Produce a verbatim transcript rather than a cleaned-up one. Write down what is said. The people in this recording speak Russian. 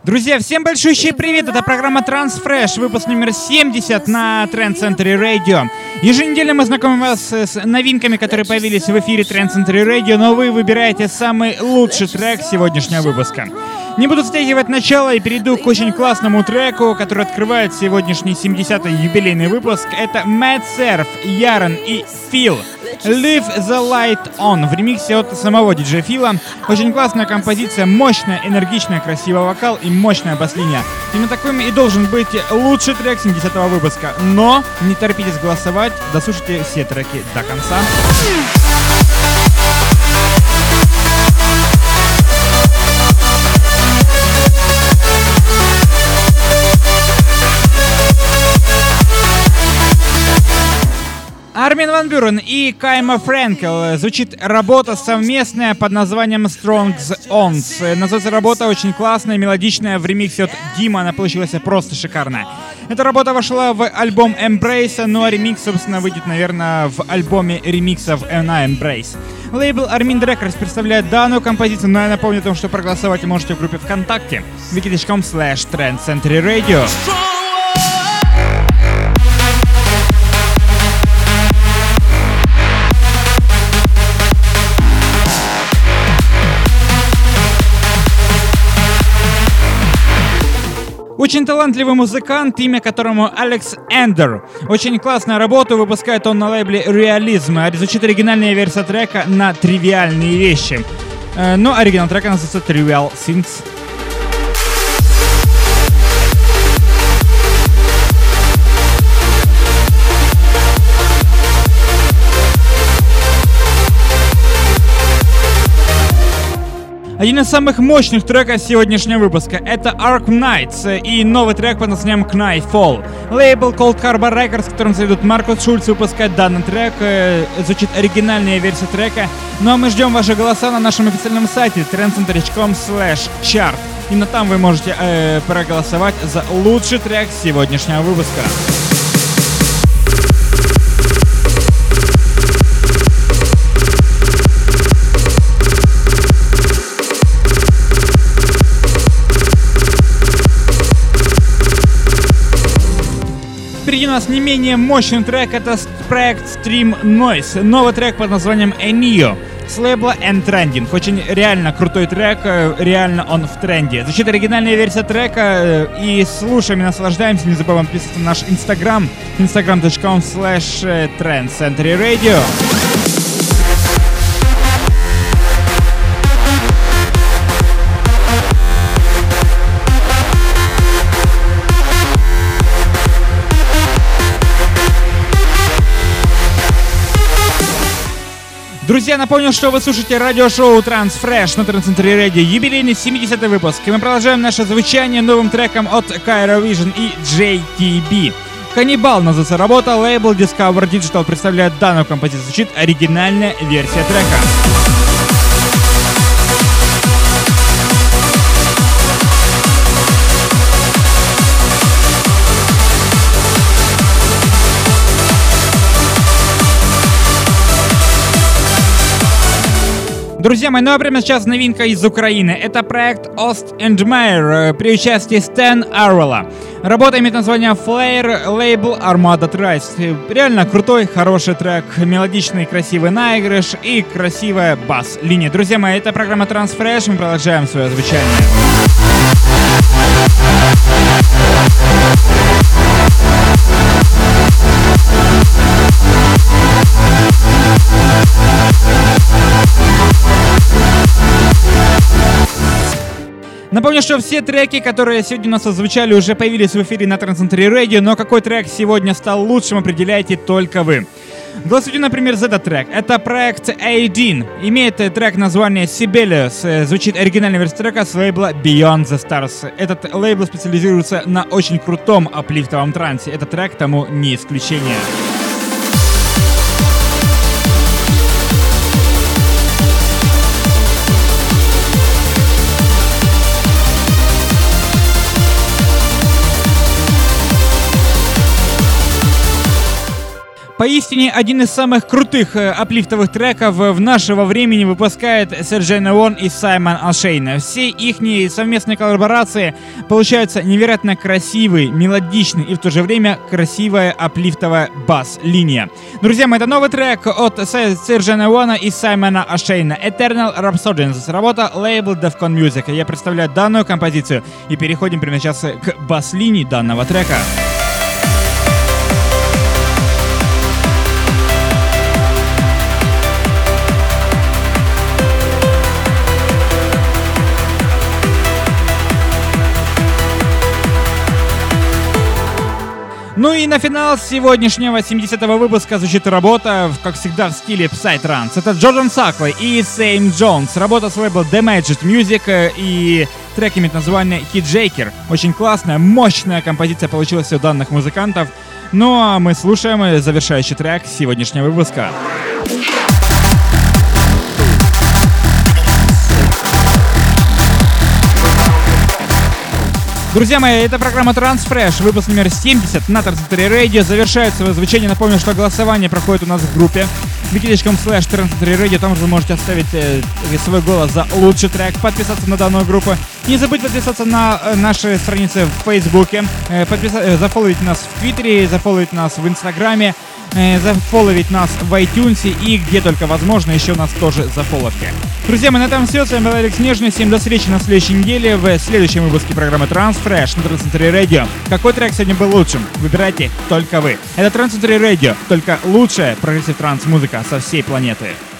Друзья, всем большущий привет! Это программа Transfresh, выпуск номер семьдесят на Trend Century Radio. Еженедельно мы знакомим вас с новинками, которые появились в эфире Trend Century Radio, но вы выбираете самый лучший трек сегодняшнего выпуска. Не буду затягивать начало и перейду к очень классному треку, который открывает сегодняшний семидесятый юбилейный выпуск. Это Mad Surf, Ярон и Фил. Leave the Light On в ремиксе от самого диджея Фила. Очень классная композиция, мощная, энергичная, красивый вокал и мощная бас-линия. Именно таким и должен быть лучший трек семидесятого выпуска. Но не торопитесь голосовать, дослушайте все треки до конца. Армин ван Бюрен и Кайма Френкел. Звучит работа совместная под названием Strong's Ons. Называется работа очень классная, мелодичная. В ремиксе от Дима она получилась просто шикарная. Эта работа вошла в альбом Embrace, ну а ремикс, собственно, выйдет, наверное, в альбоме ремиксов на Embrace. Лейбл Armin Records представляет данную композицию, но я напомню о том, что проголосовать вы можете в группе ВКонтакте wiki точка com slash Trend Century Radio. Очень талантливый музыкант, имя которому Алекс Эндер. Очень классная работа, выпускает он на лейбле Realism. Звучит оригинальная версия трека на тривиальные вещи. Но оригинал трека называется Trivial Things. Один из самых мощных треков сегодняшнего выпуска — это Ark Knights и новый трек под названием Knifefall. Лейбл Cold Harbor Records, в котором следует Маркус Шульц, выпускает данный трек. Звучит оригинальная версия трека. Ну а мы ждем ваши голоса на нашем официальном сайте trend century точка com slash chart. Именно там вы можете э, проголосовать за лучший трек сегодняшнего выпуска. Впереди у нас не менее мощный трек, это проект Stream Noise, новый трек под названием Enio с лейбла N-Trending. Очень реально крутой трек, реально он в тренде. Звучит оригинальная версия трека, и слушаем и наслаждаемся. Не забываем подписываться на наш инстаграм, instagram точка com slash Trend Century Radio. Друзья, напомню, что вы слушаете радиошоу Transfresh на Trend Century Radio, юбилейный семидесятый выпуск. И мы продолжаем наше звучание новым треком от Cairo Vision и джей ти би. Каннибал называется работа, лейбл Discover Digital представляет данную композицию. Звучит оригинальная версия трека. Друзья мои, ну а прямо сейчас новинка из Украины. Это проект Ost and Meyer при участии Стэн Арвелла. Работа имеет название Flare, лейбл Armada Trice. Реально крутой, хороший трек, мелодичный, красивый наигрыш и красивая бас-линия. Друзья мои, это программа Transfresh, мы продолжаем свое звучание. Напомню, что все треки, которые сегодня у нас озвучали, уже появились в эфире на Trend Century Radio, но какой трек сегодня стал лучшим, определяете только вы. Голосуйте, например, за этот трек. Это проект Aidin. Имеет трек название Sibelius. Звучит оригинальная версия трека с лейбла Beyond the Stars. Этот лейбл специализируется на очень крутом аплифтовом трансе. Этот трек тому не исключение. Поистине один из самых крутых э, аплифтовых треков в нашего времени выпускает Sergeant One и Саймон Ашейн. Все их совместные коллаборации получаются невероятно красивые, мелодичные и в то же время красивая аплифтовая бас-линия. Друзья мои, это новый трек от Sergeant One и Саймона Ашейна, Eternal Rhapsodies, работа лейбл Defcon Music. Я представляю данную композицию и переходим прямо сейчас к бас-линии данного трека. Ну и на финал сегодняшнего семидесятого выпуска звучит работа, как всегда, в стиле Psytrance. Это Джордан Саклey и Сэм Джонс. Работа с лейбла Damaged Music и трек имеет название Hitjaker. Очень классная, мощная композиция получилась у данных музыкантов. Ну а мы слушаем завершающий трек сегодняшнего выпуска. Друзья мои, это программа Transfresh, выпуск номер семьдесят на Трансцентре Radio. Завершает свое звучание. Напомню, что голосование проходит у нас в группе wiki.com слэш Трансцентре Radio. Там же вы можете оставить э, свой голос за лучший трек, подписаться на данную группу. Не забудь подписаться на э, наши страницы в Фейсбуке, э, подписа- э, зафолловить нас в Твиттере, зафолловить нас в Инстаграме, э, зафолловить нас в iTunes и где только возможно еще нас тоже зафолловьте. Друзья мои, на этом все. С вами был Алекс Нежный. Всем до встречи на следующей неделе в следующем выпуске программы Transfresh на Трансцентре Radio. Какой трек сегодня был лучшим? Выбирайте только вы. Это Трансцентре Radio, только лучшая прогрессив транс-музыка со всей планеты.